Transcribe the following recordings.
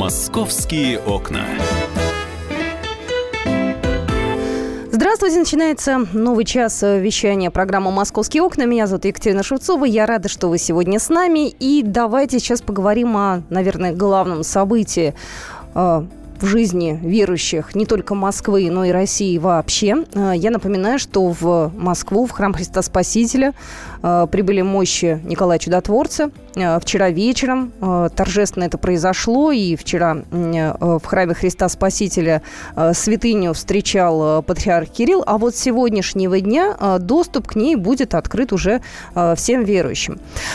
«Московские окна». Здравствуйте, начинается новый час вещания программы «Московские окна». Меня зовут Екатерина Шевцова. Я рада, что вы сегодня с нами. И давайте сейчас поговорим о, наверное, главном событии в жизни верующих не только Москвы, но и России вообще. Я напоминаю, что в Москву, в храм Христа Спасителя, прибыли мощи Николая Чудотворца. Вчера вечером торжественно это произошло, и вчера в храме Христа Спасителя святыню встречал патриарх Кирилл, а вот с сегодняшнего дня доступ к ней будет открыт уже всем верующим.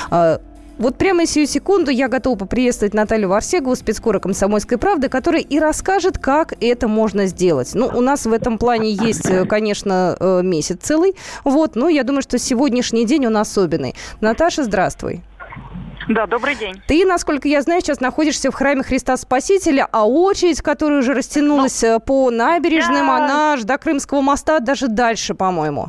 Вот прямо сию секунду я готова поприветствовать Наталью Варсегову, спецкора «Комсомольской правды», которая и расскажет, как это можно сделать. Ну, у нас в этом плане есть, конечно, месяц целый, но я думаю, что сегодняшний день он особенный. Наташа, здравствуй. Да, добрый день. Ты, насколько я знаю, сейчас находишься в храме Христа Спасителя, а очередь, которая уже растянулась по набережным, она аж до Крымского моста, даже дальше, по-моему.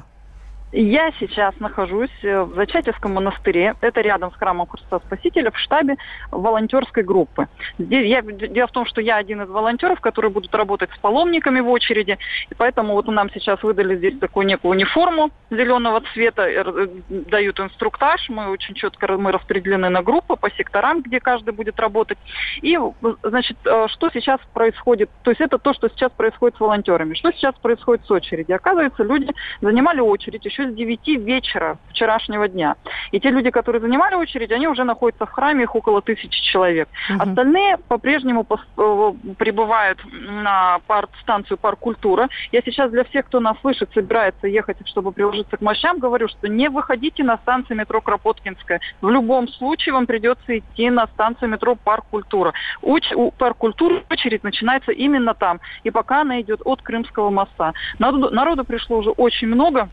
Я сейчас нахожусь в Зачатевском монастыре. Это рядом с храмом Христа Спасителя, в штабе волонтерской группы. Дело в том, что я один из волонтеров, которые будут работать с паломниками в очереди. И поэтому вот нам сейчас выдали здесь такую некую униформу зеленого цвета, дают инструктаж. Мы очень четко распределены на группы по секторам, где каждый будет работать. И, значит, что сейчас происходит? То есть это то, что сейчас происходит с волонтерами. Что сейчас происходит с очередью? Оказывается, люди занимали очередь еще с 9 вечера вчерашнего дня. И те люди, которые занимали очередь, они уже находятся в храме, их около 1000 человек. Остальные по-прежнему прибывают на станцию «Парк Культура». Я сейчас для всех, кто нас слышит, собирается ехать, чтобы приложиться к мощам, говорю, что не выходите на станцию метро Кропоткинская. В любом случае вам придется идти на станцию метро «Парк Культура». У «Парк Культуры» очередь начинается именно там. И пока она идет от Крымского моста. Народу пришло уже очень много.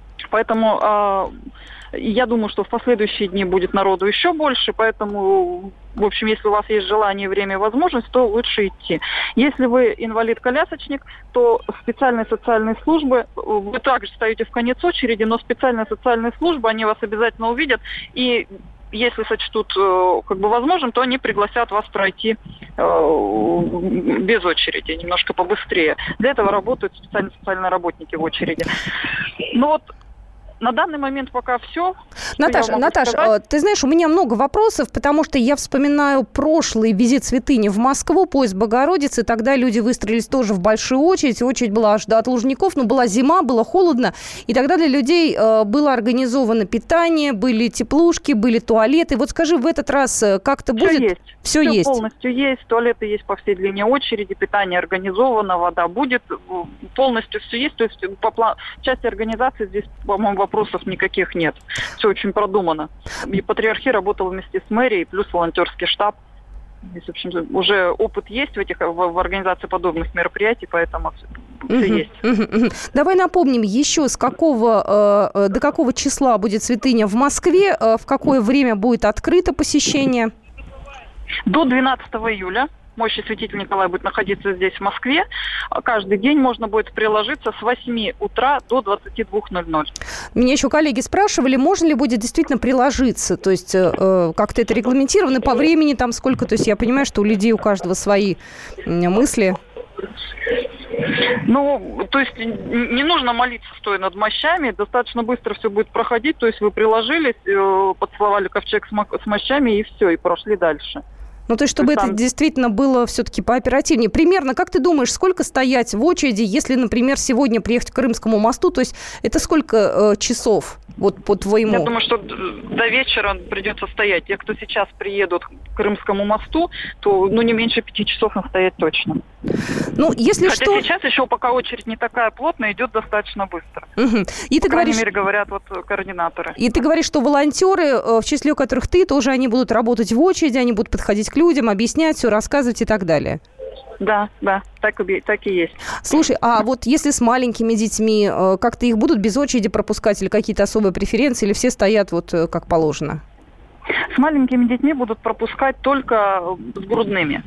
Поэтому я думаю, что в последующие дни будет народу еще больше, поэтому, в общем, если у вас есть желание, время и возможность, то лучше идти. Если вы инвалид-колясочник, то специальные социальные службы, вы также стоите в конец очереди, но специальные социальные службы, они вас обязательно увидят, и если сочтут возможным, то они пригласят вас пройти без очереди, немножко побыстрее. Для этого работают специальные социальные работники в очереди. Но вот на данный момент пока все. Наташа, ты знаешь, у меня много вопросов, потому что я вспоминаю прошлый визит святыни в Москву, поезд Богородицы. Тогда люди выстроились тоже в большую очередь. Очередь была аж до Лужников, но была зима, было холодно. И тогда для людей было организовано питание, были теплушки, были туалеты. Вот скажи, в этот раз как-то будет? Все есть. Полностью есть. Туалеты есть по всей длине очереди, питание организовано, вода будет. Полностью все есть. То есть по части организации здесь, по-моему, вопросов никаких нет. Все очень продумано. И патриархия работала вместе с мэрией, плюс волонтерский штаб. Здесь, в общем, уже опыт есть в организации подобных мероприятий, поэтому все есть. Давай напомним еще, до какого числа будет святыня в Москве, в какое время будет открыто посещение? До 12 июля. Мощи святитель Николай будет находиться здесь, в Москве. Каждый день можно будет приложиться с 8 утра до 22:00. Меня еще коллеги спрашивали, можно ли будет действительно приложиться. То есть как-то это регламентировано по времени, там сколько. То есть я понимаю, что у людей у каждого свои мысли. То есть не нужно молиться, стоя над мощами. Достаточно быстро все будет проходить. То есть вы приложились, поцеловали ковчег с мощами и все, и прошли дальше. То есть, чтобы это действительно было все-таки пооперативнее. Примерно, как ты думаешь, сколько стоять в очереди, если, например, сегодня приехать к Крымскому мосту? То есть, это сколько часов, вот по твоему? Я думаю, что до вечера придется стоять. Те, кто сейчас приедут к Крымскому мосту, то не меньше 5 часов настоять точно. Если Хотя сейчас еще, пока очередь не такая плотная, идет достаточно быстро. И по крайней мере, говорят координаторы. И ты говоришь, что волонтеры, в числе которых ты, тоже они будут работать в очереди, они будут подходить к людям, объяснять все, рассказывать и так далее. Да, так и есть. Слушай, а вот если с маленькими детьми, как-то их будут без очереди пропускать или какие-то особые преференции, или все стоят как положено? С маленькими детьми будут пропускать только с грудными.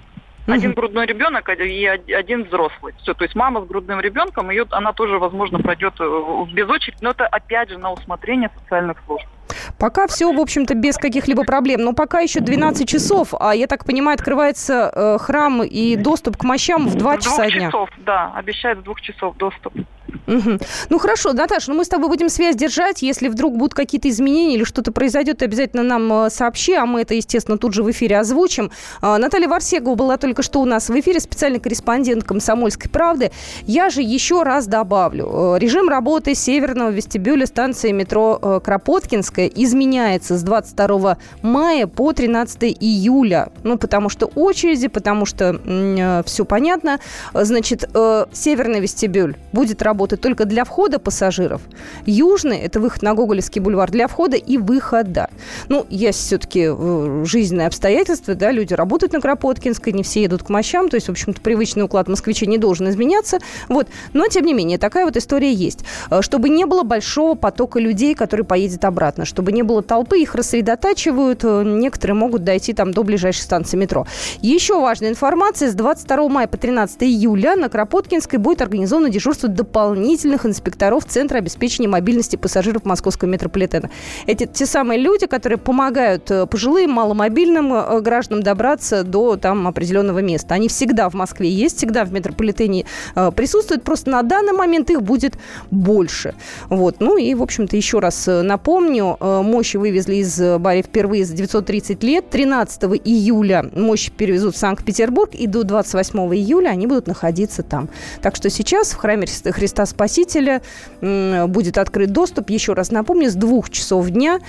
Один грудной ребенок и один взрослый. Все, то есть мама с грудным ребенком, она тоже, возможно, пройдет без очереди, но это, опять же, на усмотрение социальных служб. Пока все, в общем-то, без каких-либо проблем. Но пока еще 12 часов, а я так понимаю, открывается храм и доступ к мощам в 2 часа дня. 2 часов, да, обещают в 2 часов доступ. Угу. Ну хорошо, Наташа, мы с тобой будем связь держать. Если вдруг будут какие-то изменения или что-то произойдет, ты обязательно нам сообщи, а мы это, естественно, тут же в эфире озвучим. Наталья Варсегова была только что у нас в эфире, специальный корреспондент «Комсомольской правды». Я же еще раз добавлю. Режим работы северного вестибюля станции метро Кропоткинская изменяется с 22 мая по 13 июля. Ну, потому что очереди, потому что все понятно. Значит, северный вестибюль будет работать только для входа пассажиров. Южный – это выход на Гоголевский бульвар для входа и выхода. Ну, есть все-таки жизненные обстоятельства, да, люди работают на Кропоткинской, не все едут к мощам, то есть, в общем-то, привычный уклад москвичей не должен изменяться. Вот. Но, тем не менее, такая вот история есть. Чтобы не было большого потока людей, который поедет обратно, чтобы не было толпы, их рассредотачивают, некоторые могут дойти там до ближайшей станции метро. Еще важная информация: с 22 мая по 13 июля на Кропоткинской будет организовано дежурство дополнительных инспекторов Центра обеспечения мобильности пассажиров московского метрополитена. Это те самые люди, которые помогают пожилым, маломобильным гражданам добраться до там определенного места. Они всегда в Москве есть, всегда в метрополитене присутствуют, просто на данный момент их будет больше. Вот. Ну и, в общем-то, еще раз напомню, мощи вывезли из Бари впервые за 930 лет. 13 июля мощи перевезут в Санкт-Петербург, и до 28 июля они будут находиться там. Так что сейчас в храме Христа Спасителя будет открыт доступ, еще раз напомню, с 2 часов дня,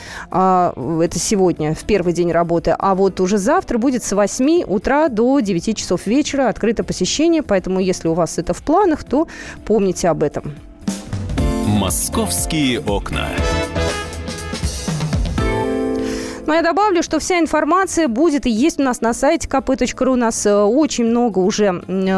это сегодня, в первый день работы, а вот уже завтра будет с 8 утра до 9 часов вечера открыто посещение, поэтому если у вас это в планах, то помните об этом. «Московские окна». Но я добавлю, что вся информация будет и есть у нас на сайте kp.ru. У нас очень много уже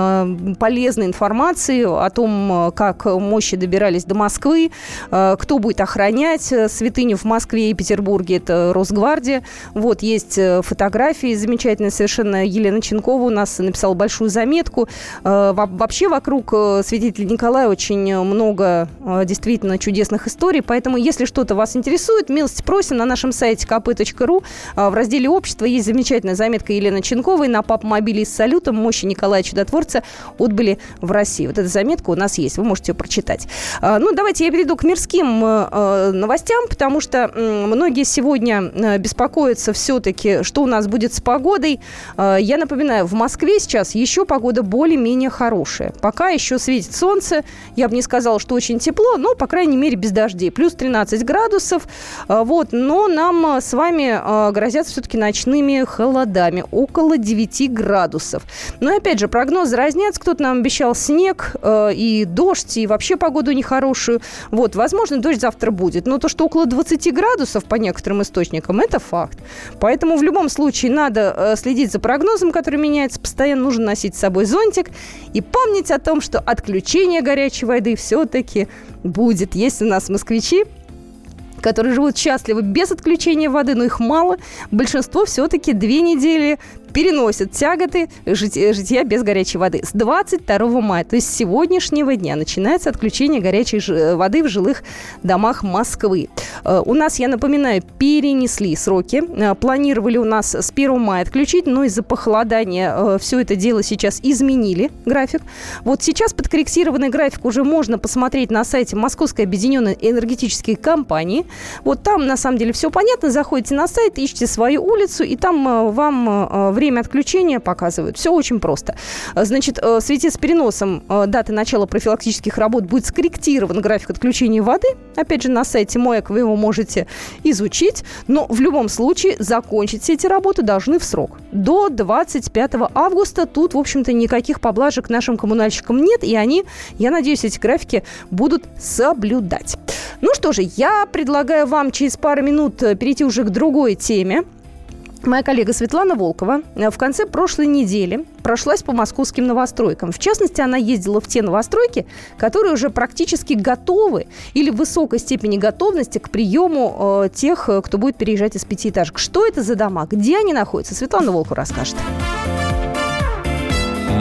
полезной информации о том, как мощи добирались до Москвы, кто будет охранять святыню в Москве и Петербурге. Это Росгвардия. Вот есть фотографии замечательные совершенно. Елена Ченкова у нас написала большую заметку. Вообще вокруг святителя Николая очень много действительно чудесных историй. Поэтому, если что-то вас интересует, милости просим. На нашем сайте kp.ru в разделе «Общество» есть замечательная заметка Елены Ченковой: на папмобиле с салютом мощи Николая Чудотворца отбыли в России. Вот эта заметка у нас есть, вы можете ее прочитать. Ну, давайте я перейду к мирским новостям, потому что многие сегодня беспокоятся все-таки, что у нас будет с погодой. Я напоминаю, в Москве сейчас еще погода более-менее хорошая. Пока еще светит солнце, я бы не сказала, что очень тепло, но, по крайней мере, без дождей. Плюс 13 градусов. Вот, но нам с вами грозят все-таки ночными холодами, около 9 градусов. Но, опять же, прогнозы разнятся. Кто-то нам обещал снег и дождь, и вообще погоду нехорошую. Вот, возможно, дождь завтра будет. Но то, что около 20 градусов по некоторым источникам, это факт. Поэтому в любом случае надо следить за прогнозом, который меняется постоянно. Нужно носить с собой зонтик и помнить о том, что отключение горячей воды все-таки будет. Есть у нас москвичи, которые живут счастливо без отключения воды, но их мало. Большинство все-таки 2 недели переносят тяготы житья без горячей воды. С 22 мая, то есть с сегодняшнего дня, начинается отключение горячей воды в жилых домах Москвы. У нас, я напоминаю, перенесли сроки. Планировали у нас с 1 мая отключить, но из-за похолодания все это дело сейчас изменили, график. Вот сейчас подкорректированный график уже можно посмотреть на сайте Московской объединенной энергетической компании. Вот там, на самом деле, все понятно. Заходите на сайт, ищите свою улицу, и там вам время отключения показывают. Все очень просто. Значит, в связи с переносом даты начала профилактических работ будет скорректирован график отключения воды. Опять же, на сайте МОЭК вы его можете изучить. Но в любом случае закончить все эти работы должны в срок. До 25 августа тут, в общем-то, никаких поблажек нашим коммунальщикам нет. И они, я надеюсь, эти графики будут соблюдать. Ну что же, я предлагаю вам через пару минут перейти уже к другой теме. Моя коллега Светлана Волкова в конце прошлой недели прошлась по московским новостройкам. В частности, она ездила в те новостройки, которые уже практически готовы или в высокой степени готовности к приему тех, кто будет переезжать из 5-этажек. Что это за дома? Где они находятся? Светлана Волкова расскажет.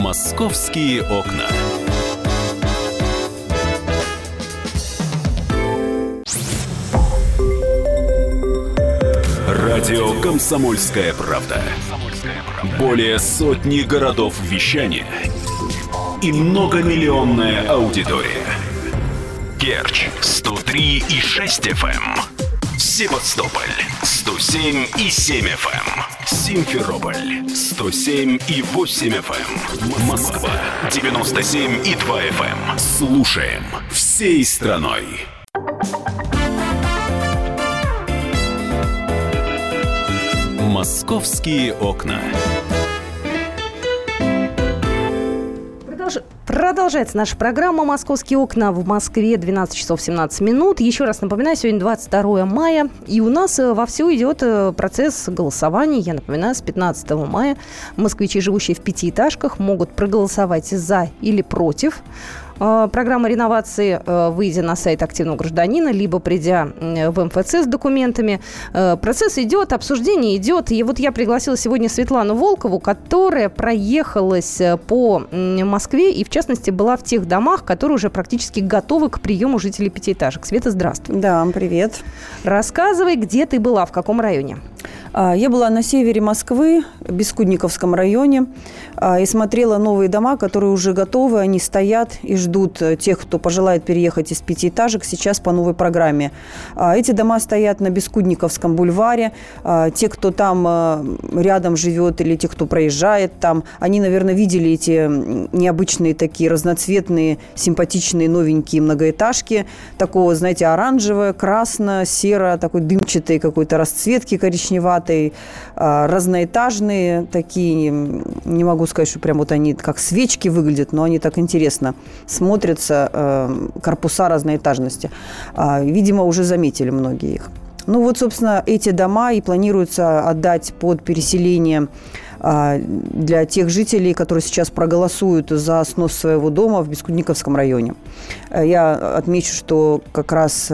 «Московские окна». Радио «Комсомольская правда». Более сотни городов вещания и многомиллионная аудитория. Керчь 103,6 FM. Севастополь 107,7 FM. Симферополь 107,8 FM. Москва 97,2 FM. Слушаем всей страной. «Московские окна». Продолжается наша программа «Московские окна». В Москве 12 часов 17 минут. Еще раз напоминаю, сегодня 22 мая. И у нас вовсю идет процесс голосования. Я напоминаю, с 15 мая москвичи, живущие в пятиэтажках, могут проголосовать за или против программы реновации, выйдя на сайт активного гражданина, либо придя в МФЦ с документами. Процесс идет, обсуждение идет. И вот я пригласила сегодня Светлану Волкову, которая проехалась по Москве и, в частности, была в тех домах, которые уже практически готовы к приему жителей пятиэтажек. Света, здравствуй. Да, привет. Рассказывай, где ты была, в каком районе? Я была на севере Москвы, в Бескудниковском районе, и смотрела новые дома, которые уже готовы, они стоят и ждут тех, кто пожелает переехать из пятиэтажек сейчас по новой программе. Эти дома стоят на Бескудниковском бульваре. Те, кто там рядом живет или те, кто проезжает там, они, наверное, видели эти необычные такие разноцветные, симпатичные, новенькие многоэтажки. Такого, знаете, оранжевое, красно, серо, такой дымчатой какой-то расцветки коричневатой. Разноэтажные такие, не могу сказать, что прям вот они как свечки выглядят, но они так интересно смотрятся, корпуса разноэтажности. Видимо, уже заметили многие их. Ну вот, собственно, эти дома и планируется отдать под переселение для тех жителей, которые сейчас проголосуют за снос своего дома в Бескудниковском районе. Я отмечу, что как раз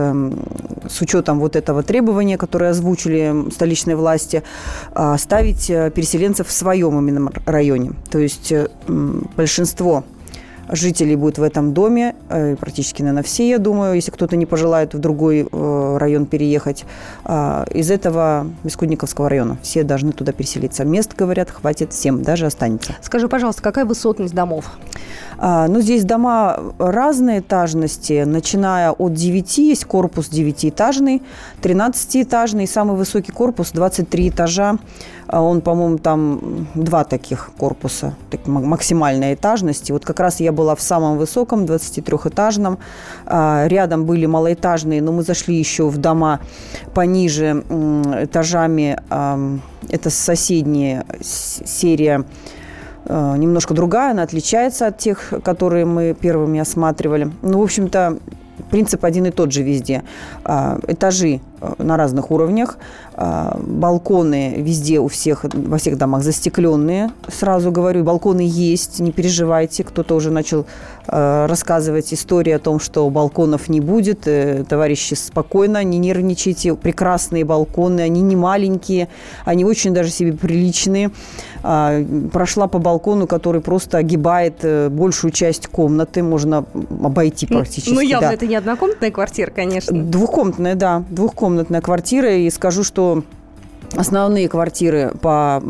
с учетом вот этого требования, которое озвучили столичные власти, ставить переселенцев в своем именно районе. То есть большинство жителей будет в этом доме, практически, наверное, все, я думаю, если кто-то не пожелает в другой район переехать, из этого Бескудниковского района. Все должны туда переселиться. Мест, говорят, хватит всем, даже останется. Скажи, пожалуйста, какая высотность домов? Ну, здесь дома разной этажности, начиная от 9, есть корпус 9-этажный, 13-этажный, самый высокий корпус 23 этажа. Он, по-моему, там 2 таких корпуса, максимальной этажности. Вот как раз я была в самом высоком, 23-этажном. Рядом были малоэтажные, но мы зашли еще в дома пониже этажами. Это соседняя серия, немножко другая, она отличается от тех, которые мы первыми осматривали. Ну, в общем-то, принцип один и тот же везде. Этажи на разных уровнях, балконы везде у всех, во всех домах застекленные. Сразу говорю, балконы есть, не переживайте. Кто-то уже начал рассказывать истории о том, что балконов не будет. Товарищи, спокойно, не нервничайте. Прекрасные балконы, они не маленькие, они очень даже себе приличные. Прошла по балкону, который просто огибает большую часть комнаты, можно обойти практически. Ну, явно это не однокомнатная квартира, конечно. Двухкомнатная, да, двухкомнатная квартира. И скажу, что основные квартиры по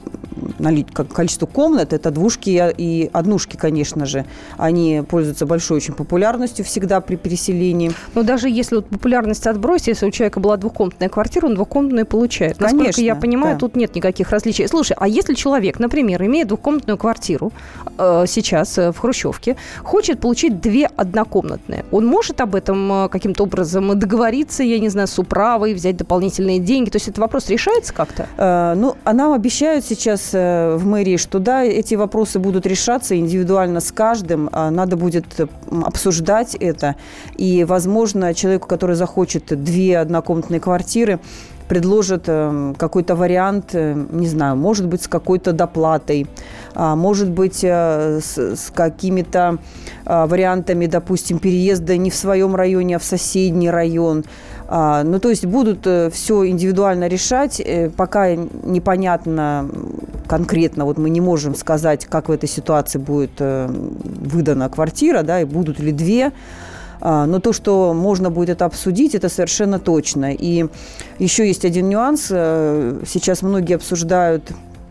количеству комнат, это двушки и однушки, конечно же. Они пользуются большой очень популярностью всегда при переселении. Но даже если вот популярность отбросить, если у человека была двухкомнатная квартира, он двухкомнатную получает. Насколько конечно, я понимаю, да. Тут нет никаких различий. Слушай, а если человек, например, имеет двухкомнатную квартиру сейчас в Хрущевке, хочет получить 2 однокомнатные, он может об этом каким-то образом договориться, я не знаю, с управой, взять дополнительные деньги? То есть этот вопрос решается как-то? Ну, нам обещают сейчас в мэрии, что да, эти вопросы будут решаться индивидуально с каждым. Надо будет обсуждать это. И, возможно, человеку, который захочет 2 однокомнатные квартиры, предложат какой-то вариант, не знаю, может быть, с какой-то доплатой, может быть, с какими-то вариантами, допустим, переезда не в своем районе, а в соседний район. Ну, то есть будут все индивидуально решать, пока непонятно, конкретно вот мы не можем сказать, как в этой ситуации будет выдана квартира, да, и будут ли две. Но то, что можно будет это обсудить, это совершенно точно. И еще есть один нюанс. Сейчас многие обсуждают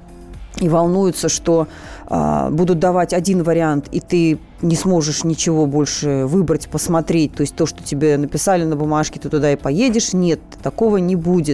и волнуются, что будут давать один вариант, и ты не сможешь ничего больше выбрать, посмотреть. То есть то, что тебе написали на бумажке, ты туда и поедешь. Нет, такого не будет.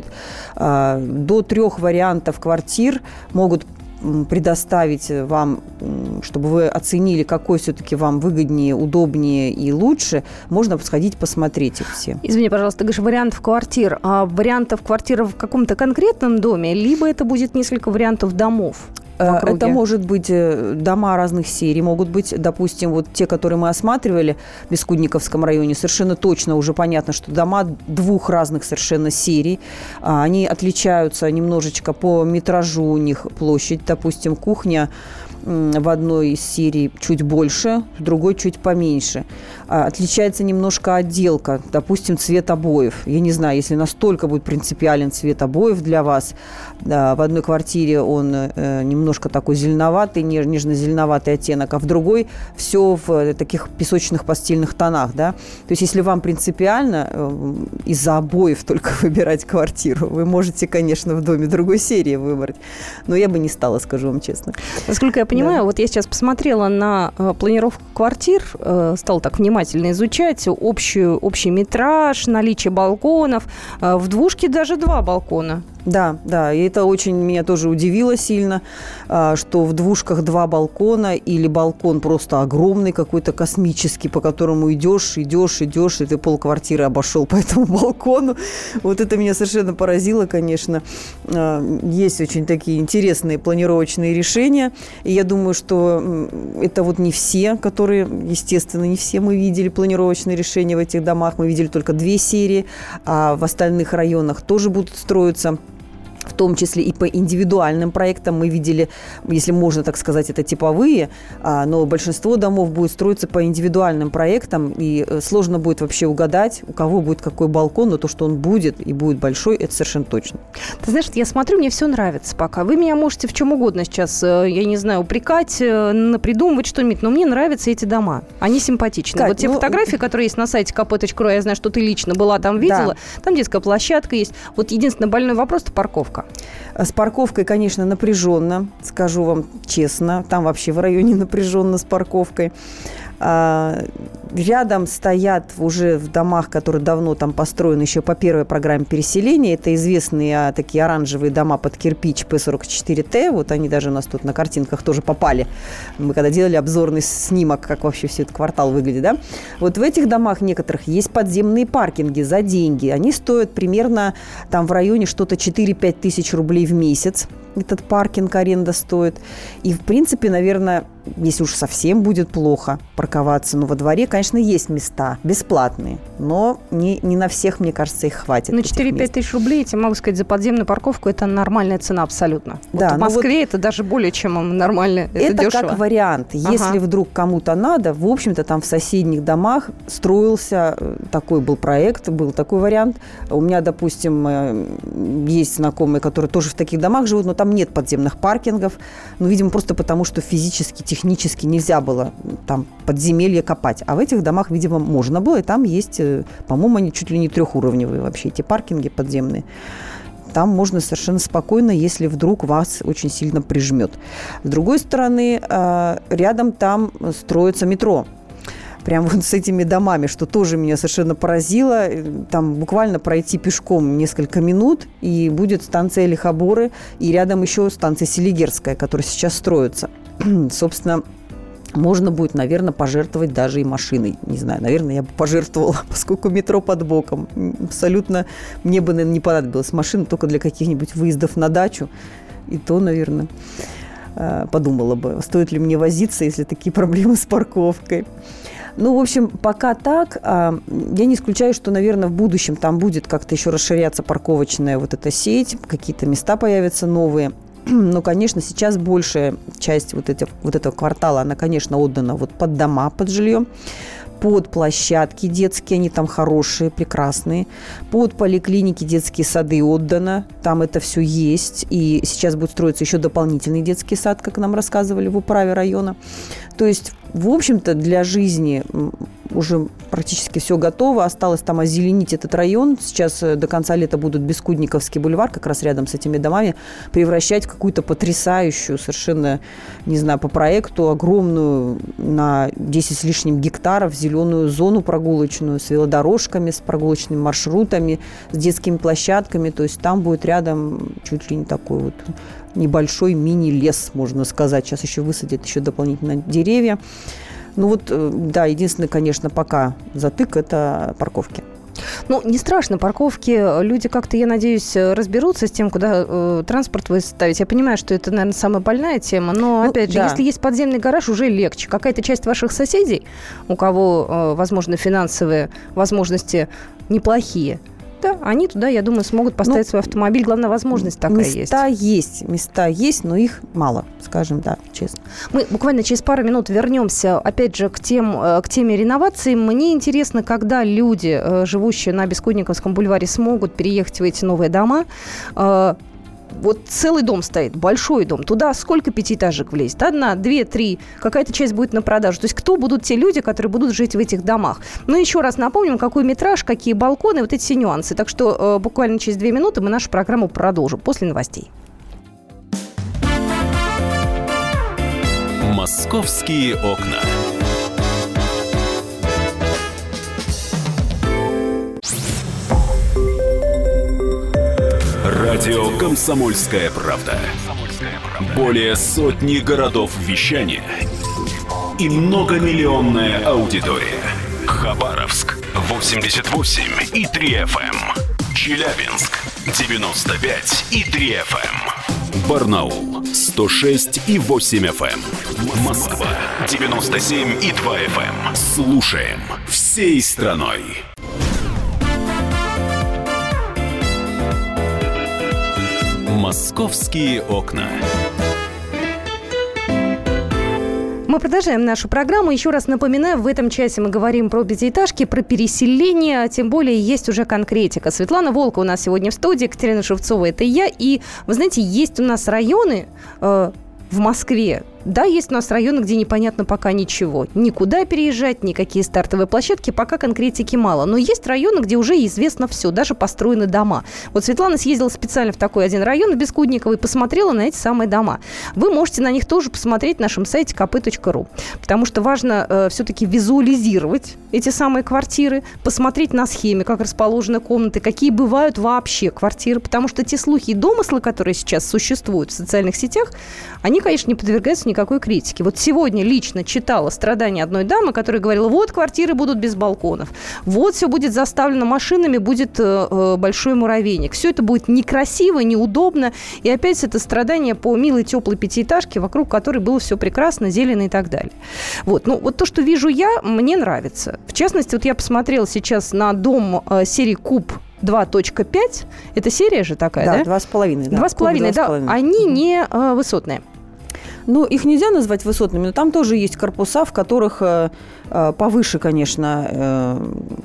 До 3 вариантов квартир могут предоставить вам, чтобы вы оценили, какой все-таки вам выгоднее, удобнее и лучше, можно сходить посмотреть их все. Извини, пожалуйста, ты говоришь, вариантов квартир. А вариантов квартир в каком-то конкретном доме, либо это будет несколько вариантов домов? Это может быть дома разных серий, могут быть, допустим, вот те, которые мы осматривали в Бескудниковском районе, совершенно точно уже понятно, что дома 2 разных совершенно серий, они отличаются немножечко по метражу у них площадь, допустим, кухня в одной из серий чуть больше, в другой чуть поменьше. Отличается немножко отделка, допустим, цвет обоев. Я не знаю, если настолько будет принципиален цвет обоев для вас, да, в одной квартире он немножко такой зеленоватый, нежно-зеленоватый оттенок, а в другой все в таких песочных постельных тонах, да. То есть, если вам принципиально из-за обоев только выбирать квартиру, вы можете, конечно, в доме другой серии выбрать, но я бы не стала, скажу вам честно. Насколько я понимаю, вот я сейчас посмотрела на планировку квартир, стала так внимательно изучать общий метраж, наличие балконов. В двушке даже 2 балкона. Да, и это очень меня тоже удивило сильно, что в двушках 2 балкона или балкон просто огромный какой-то космический, по которому идешь, и ты полквартиры обошел по этому балкону. Вот это меня совершенно поразило, конечно. Есть очень такие интересные планировочные решения, и я думаю, что это вот не все, которые, естественно, не все мы видели планировочные решения в этих домах, мы видели только 2 серии, а в остальных районах тоже будут строиться, в том числе и по индивидуальным проектам. Мы видели, если можно так сказать, это типовые, но большинство домов будет строиться по индивидуальным проектам, и сложно будет вообще угадать, у кого будет какой балкон, но то, что он будет и будет большой, это совершенно точно. Ты знаешь, я смотрю, мне все нравится пока. Вы меня можете в чем угодно сейчас, я не знаю, упрекать, напридумывать что-нибудь, но мне нравятся эти дома. Они симпатичны. Кать, вот те фотографии, которые есть на сайте kp.ru, я знаю, что ты лично была там, видела, да. Там детская площадка есть. Вот единственный больной вопрос – это парковка. С парковкой, конечно, напряженно, скажу вам честно. Там вообще в районе напряженно с парковкой. Рядом стоят уже в домах, которые давно там построены еще по первой программе переселения. Это известные такие оранжевые дома под кирпич П-44Т. Вот они даже у нас тут на картинках тоже попали. Мы когда делали обзорный снимок, как вообще все этот квартал выглядит, да? Вот в этих домах некоторых есть подземные паркинги за деньги. Они стоят примерно там в районе что-то 4-5 тысяч рублей в месяц. Этот паркинг, аренда стоит. И, в принципе, наверное, если уж совсем будет плохо парковаться, во дворе, конечно, есть места бесплатные, но не на всех, мне кажется, их хватит. На 4-5 тысяч рублей, я тебе могу сказать, за подземную парковку это нормальная цена абсолютно. Да, в Москве это даже более чем нормально. Это дешево. Как вариант. Если вдруг кому-то надо, в общем-то, там в соседних домах строился такой был проект, был такой вариант. У меня, допустим, есть знакомые, которые тоже в таких домах живут, но там нет подземных паркингов. Видимо, просто потому, что физически, технически нельзя было там подземелье копать. А в этих домах, видимо, можно было. И там есть, по-моему, они чуть ли не 3-уровневые вообще, эти паркинги подземные. Там можно совершенно спокойно, если вдруг вас очень сильно прижмет. С другой стороны, рядом там строится метро. Прям вот с этими домами, что тоже меня совершенно поразило. Там буквально пройти пешком несколько минут, и будет станция Лихоборы, и рядом еще станция Селигерская, которая сейчас строится. Собственно, можно будет, наверное, пожертвовать даже и машиной. Не знаю, наверное, я бы пожертвовала, поскольку метро под боком. Абсолютно мне бы, наверное, не понадобилась машина только для каких-нибудь выездов на дачу. И то, наверное, подумала бы, стоит ли мне возиться, если такие проблемы с парковкой. В общем, пока так. Я не исключаю, что, наверное, в будущем там будет как-то еще расширяться парковочная вот эта сеть, какие-то места появятся новые. Но, конечно, сейчас большая часть вот этого квартала, она, конечно, отдана вот под дома, под жилье, под площадки детские, они там хорошие, прекрасные, под поликлиники, детские сады отдано, там это все есть, и сейчас будет строиться еще дополнительный детский сад, как нам рассказывали в управе района. То есть, в общем-то, для жизни уже практически все готово, осталось там озеленить этот район. Сейчас до конца лета будут Бескудниковский бульвар, как раз рядом с этими домами, превращать в какую-то потрясающую, совершенно, не знаю, по проекту, огромную на 10 с лишним гектаров зеленую зону прогулочную с велодорожками, с прогулочными маршрутами, с детскими площадками. То есть там будет рядом чуть ли не такой вот небольшой мини-лес, можно сказать. Сейчас еще высадят еще дополнительно деревья. Ну вот, да, единственное, конечно, пока затык – это парковки. Ну, не страшно, парковки. Люди как-то, я надеюсь, разберутся с тем, куда транспорт вы ставите. Я понимаю, что это, наверное, самая больная тема, но, опять же, если есть подземный гараж, уже легче. Какая-то часть ваших соседей, у кого, возможно, финансовые возможности неплохие, да, они туда, я думаю, смогут поставить свой автомобиль. Главное, возможность такая есть. Места есть, но их мало, скажем, да, честно. Мы буквально через пару минут вернемся, опять же, к теме реновации. Мне интересно, когда люди, живущие на Бескудниковском бульваре, смогут переехать в эти новые дома. Вот целый дом стоит, большой дом. Туда сколько пятиэтажек влезет? 1, 2, 3. Какая-то часть будет на продажу. То есть кто будут те люди, которые будут жить в этих домах? Ну, еще раз напомним, какой метраж, какие балконы, вот эти все нюансы. Так что буквально через 2 минуты мы нашу программу продолжим после новостей. «Московские окна». Радио «Комсомольская правда». Более сотни городов вещания и многомиллионная аудитория. Хабаровск 88,3 FM. Челябинск 95,3 FM. Барнаул 106,8 FM. Москва 97,2 FM. Слушаем всей страной. «Московские окна». Мы продолжаем нашу программу. Еще раз напоминаю, в этом часе мы говорим про пятиэтажки, про переселение, а тем более есть уже конкретика. Светлана Волкова у нас сегодня в студии, Екатерина Шевцова – это я. И, вы знаете, есть у нас районы в Москве. Да, есть у нас районы, где непонятно пока ничего. Никуда переезжать, никакие стартовые площадки, пока конкретики мало. Но есть районы, где уже известно все, даже построены дома. Вот Светлана съездила специально в такой один район, в Бескудниково, и посмотрела на эти самые дома. Вы можете на них тоже посмотреть на нашем сайте kp.ru, потому что важно все-таки визуализировать эти самые квартиры, посмотреть на схеме, как расположены комнаты, какие бывают вообще квартиры, потому что те слухи и домыслы, которые сейчас существуют в социальных сетях, они, конечно, не подвергаются никакой критики. Вот сегодня лично читала страдания одной дамы, которая говорила, вот квартиры будут без балконов, вот все будет заставлено машинами, будет большой муравейник. Все это будет некрасиво, неудобно. И опять это страдание по милой теплой пятиэтажке, вокруг которой было все прекрасно, зелено и так далее. Вот. Ну, вот то, что вижу я, мне нравится. В частности, вот я посмотрела сейчас на дом серии «Куб», 2.5. Это серия же такая, да? Да, 2,5. 2,5, да. Они не высотные. Ну, их нельзя назвать высотными, но там тоже есть корпуса, в которых повыше, конечно,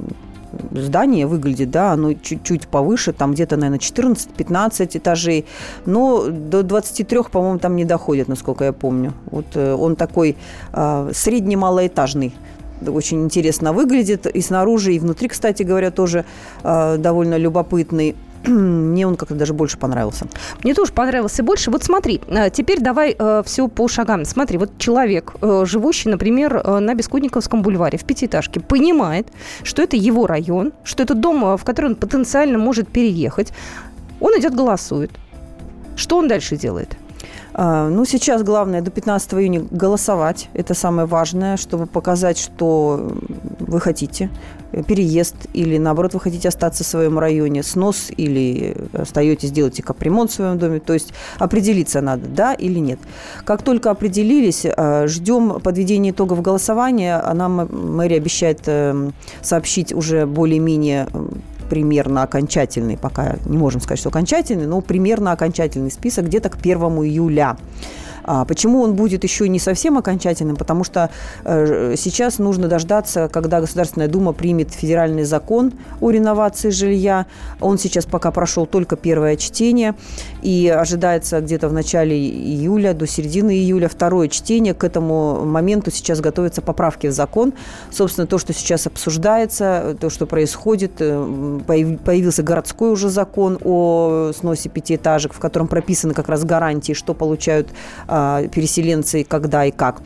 здание выглядит, да, оно чуть-чуть повыше, там где-то, наверное, 14-15 этажей, но до 23, по-моему, там не доходит, насколько я помню. Вот он такой средне-малоэтажный. Очень интересно выглядит и снаружи, и внутри, кстати говоря, тоже довольно любопытный. Мне он как-то даже больше понравился. Мне тоже понравился больше. Вот смотри, теперь давай все по шагам. Смотри, вот человек, живущий, например, на Бескудниковском бульваре в пятиэтажке, понимает, что это его район, что это дом, в который он потенциально может переехать. Он идет, голосует. Что он дальше делает? Ну, сейчас главное до 15 июня голосовать. Это самое важное, чтобы показать, что вы хотите. Переезд или, наоборот, вы хотите остаться в своем районе, снос или остаетесь, делаете капремонт в своем доме. То есть определиться надо, да или нет. Как только определились, ждем подведения итогов голосования. Нам мэрия обещает сообщить уже более-менее примерно окончательный, пока не можем сказать, что окончательный, но примерно окончательный список где-то к 1 июля. Почему он будет еще не совсем окончательным? Потому что сейчас нужно дождаться, когда Государственная Дума примет федеральный закон о реновации жилья. Он сейчас пока прошел только первое чтение, и ожидается где-то в начале июля, до середины июля второе чтение. К этому моменту сейчас готовятся поправки в закон. Собственно, то, что сейчас обсуждается, то, что происходит, появился городской уже закон о сносе пятиэтажек, в котором прописаны как раз гарантии, что получают переселенцы, когда и как.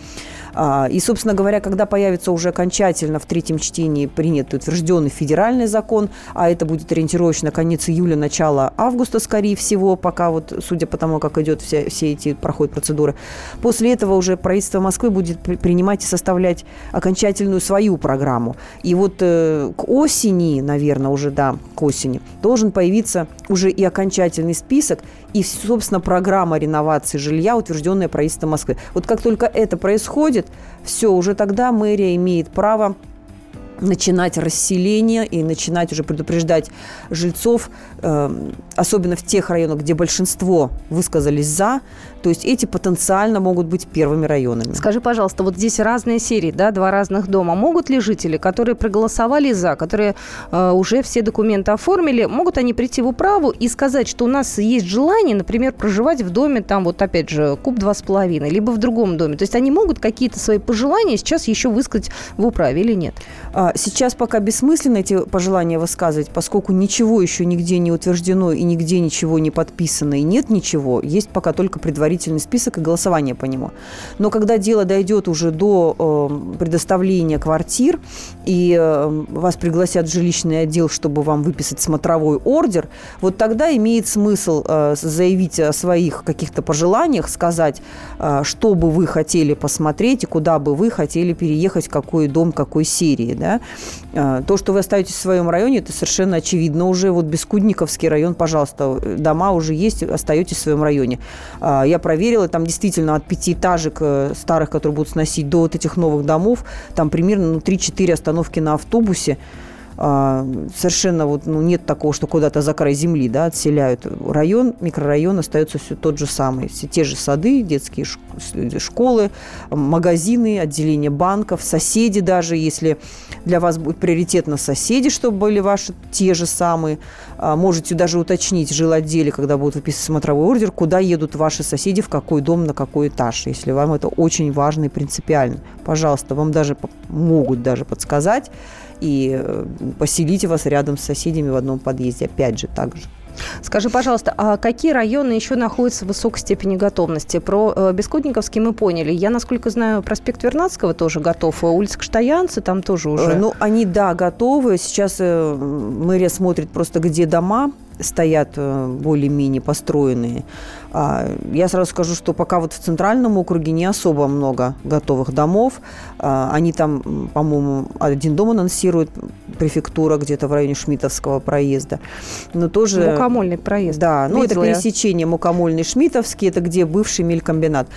И, собственно говоря, когда появится уже окончательно в третьем чтении принятый, утвержденный федеральный закон, а это будет ориентировочно конец июля, начало августа, скорее всего, пока вот, судя по тому, как идет все эти проходят процедуры, после этого уже правительство Москвы будет принимать и составлять окончательную свою программу. И вот к осени, наверное, уже, да, к осени, должен появиться уже и окончательный список, и, собственно, программа реновации жилья, утвержденная правительством Москвы. Вот как только это происходит, все, уже тогда мэрия имеет право начинать расселение и начинать уже предупреждать жильцов, особенно в тех районах, где большинство высказались «за», то есть эти потенциально могут быть первыми районами. Скажи, пожалуйста, вот здесь разные серии, да, 2 разных дома. Могут ли жители, которые проголосовали «за», которые уже все документы оформили, могут они прийти в управу и сказать, что у нас есть желание, например, проживать в доме, там вот опять же, куб 2,5, либо в другом доме? То есть они могут какие-то свои пожелания сейчас еще высказать в управе или нет? Сейчас пока бессмысленно эти пожелания высказывать, поскольку ничего еще нигде не утверждено и нигде ничего не подписано, и нет ничего, есть пока только предварительный список и голосование по нему. Но когда дело дойдет уже до предоставления квартир, и вас пригласят в жилищный отдел, чтобы вам выписать смотровой ордер, вот тогда имеет смысл заявить о своих каких-то пожеланиях, сказать, что бы вы хотели посмотреть и куда бы вы хотели переехать, в какой дом, какой серии, да. То, что вы остаетесь в своем районе, это совершенно очевидно уже. Вот Бескудниковский район, пожалуйста, дома уже есть, остаетесь в своем районе. Я проверила, там действительно от пятиэтажек старых, которые будут сносить, до вот этих новых домов, там примерно 3-4 остановки на автобусе. Совершенно вот, нет такого, что куда-то за край земли, да, отселяют. Район, микрорайон остается все тот же самый. Все те же сады, детские школы, магазины, отделения банков, соседи даже, если для вас будет приоритетно соседи, чтобы были ваши те же самые. Можете даже уточнить в жилотделе, когда будут выписывать смотровой ордер, куда едут ваши соседи, в какой дом, на какой этаж, если вам это очень важно и принципиально. Пожалуйста, вам даже могут даже подсказать и поселите вас рядом с соседями в одном подъезде. Опять же, так же. Скажи, пожалуйста, а какие районы еще находятся в высокой степени готовности? Про Бескудниковский мы поняли. Я, насколько знаю, проспект Вернадского тоже готов. Улица Кштаянцы там тоже уже. Они, да, готовы. Сейчас мэрия смотрит просто, где дома стоят более-менее построенные. Я сразу скажу, что пока вот в Центральном округе не особо много готовых домов. Они там, по-моему, один дом анонсирует префектура где-то в районе Шмидтовского проезда. Но тоже... Мукомольный проезд. Да, это пересечение Мукомольный-Шмидтовский, это где бывший мелькомбинат.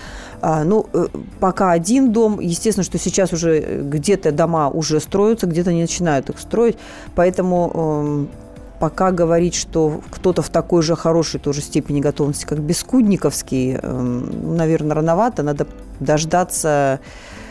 Пока один дом. Естественно, что сейчас уже где-то дома уже строятся, где-то не начинают их строить. Поэтому... Пока говорить, что кто-то в такой же хорошей тоже степени готовности, как Бескудниковский, наверное, рановато. Надо дождаться,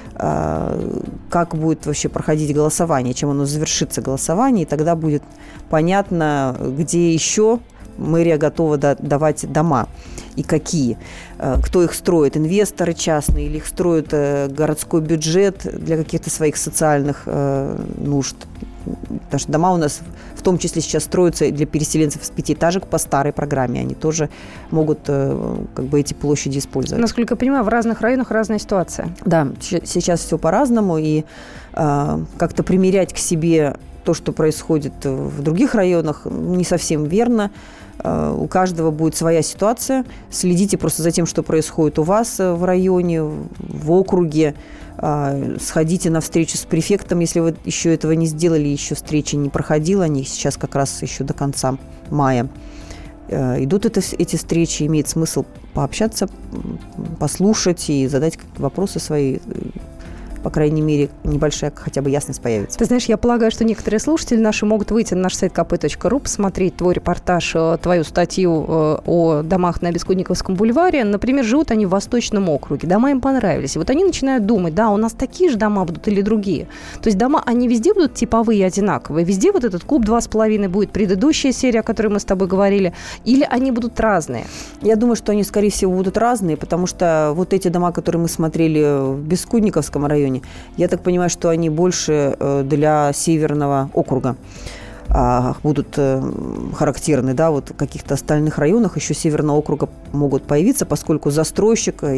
как будет вообще проходить голосование, чем оно завершится голосование, и тогда будет понятно, где еще мэрия готова давать дома и какие. Кто их строит, инвесторы частные, или их строит городской бюджет для каких-то своих социальных нужд. Потому что дома у нас в том числе сейчас строятся для переселенцев с пятиэтажек по старой программе. Они тоже могут эти площади использовать. Насколько я понимаю, в разных районах разная ситуация. Да, сейчас все по-разному. И как-то примерять к себе то, что происходит в других районах, не совсем верно. У каждого будет своя ситуация. Следите просто за тем, что происходит у вас в районе, в округе. Сходите на встречу с префектом, если вы еще этого не сделали, еще встречи не проходила, они сейчас как раз еще до конца мая идут эти встречи, имеет смысл пообщаться, послушать и задать вопросы свои по крайней мере, небольшая хотя бы ясность появится. Ты знаешь, я полагаю, что некоторые слушатели наши могут выйти на наш сайт kp.ru, посмотреть твой репортаж, твою статью о домах на Бескудниковском бульваре. Например, живут они в Восточном округе, дома им понравились. И вот они начинают думать, да, у нас такие же дома будут или другие. То есть дома, они везде будут типовые, одинаковые. Везде вот этот куб 2,5 будет предыдущая серия, о которой мы с тобой говорили, или они будут разные? Я думаю, что они, скорее всего, будут разные, потому что вот эти дома, которые мы смотрели в Бескудниковском районе, я так понимаю, что они больше для Северного округа будут характерны, да, вот в каких-то остальных районах еще Северного округа могут появиться, поскольку у застройщика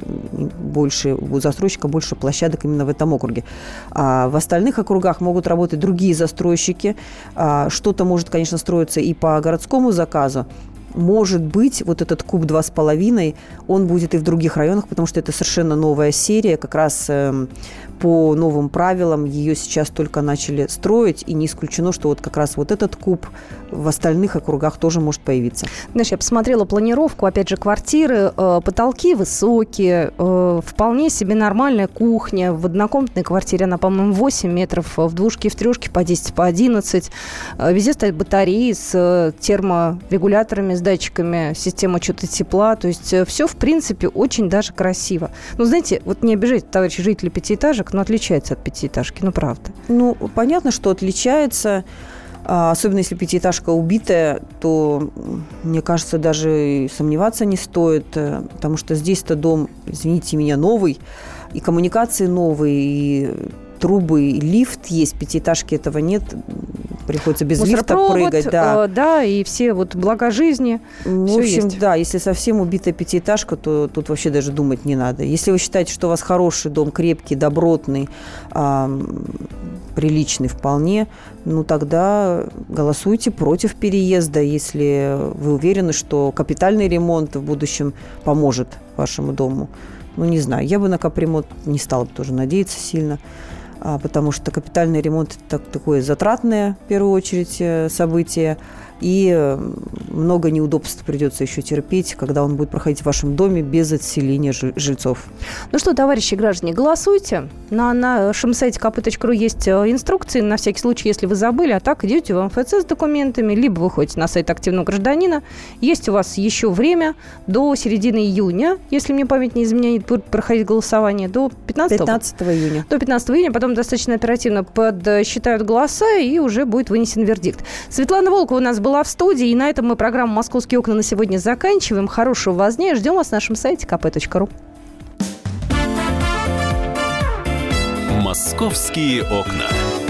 больше площадок именно в этом округе. А в остальных округах могут работать другие застройщики. Что-то может, конечно, строиться и по городскому заказу. Может быть, вот этот куб 2,5, он будет и в других районах, потому что это совершенно новая серия, как раз по новым правилам ее сейчас только начали строить, и не исключено, что вот как раз вот этот куб в остальных округах тоже может появиться. Знаешь, я посмотрела планировку, опять же, квартиры, потолки высокие, вполне себе нормальная кухня. В однокомнатной квартире она, по-моему, 8 метров, в двушке и в трешке по 10, по 11. Везде стоят батареи с терморегуляторами, с датчиками системы учета тепла. То есть все, в принципе, очень даже красиво. Но, знаете, вот не обижайте, товарищи жители пятиэтажек, но отличается от пятиэтажки, ну, правда. Ну, понятно, что отличается. Особенно если пятиэтажка убитая, то, мне кажется, даже сомневаться не стоит, потому что здесь-то дом, извините меня, новый, и коммуникации новые, и трубы, и лифт есть, пятиэтажки этого нет, приходится без лифта прыгать. Да, и все вот блага жизни. В общем, есть. Да, если совсем убитая пятиэтажка, то тут вообще даже думать не надо. Если вы считаете, что у вас хороший дом, крепкий, добротный, приличный вполне, ну тогда голосуйте против переезда, если вы уверены, что капитальный ремонт в будущем поможет вашему дому. Ну, не знаю, я бы на капремонт не стала бы тоже надеяться сильно, потому что капитальный ремонт – это такое затратное, в первую очередь, событие, и много неудобств придется еще терпеть, когда он будет проходить в вашем доме без отселения жильцов. Ну что, товарищи граждане, голосуйте. На нашем сайте kp.ru есть инструкции, на всякий случай, если вы забыли, а так идете в МФЦ с документами, либо вы ходите на сайт активного гражданина. Есть у вас еще время до середины июня, если мне память не изменяет, будет проходить голосование до 15 июня. До 15 июня, потом достаточно оперативно подсчитают голоса, и уже будет вынесен вердикт. Светлана Волкова у нас была в студии, и на этом мы программу «Московские окна» на сегодня заканчиваем. Хорошего вас дня, ждем вас на нашем сайте kp.ru. «Московские окна».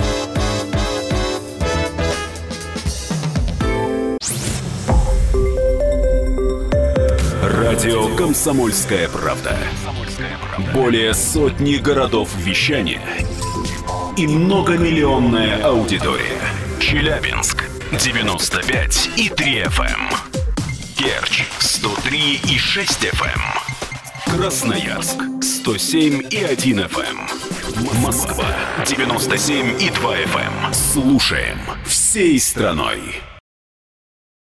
Радио «Комсомольская правда». Более сотни городов вещания и многомиллионная аудитория. Челябинск 95,3 FM. Керчь 103,6 FM. Красноярск 107,1 FM. Москва 97,2 FM. Слушаем всей страной.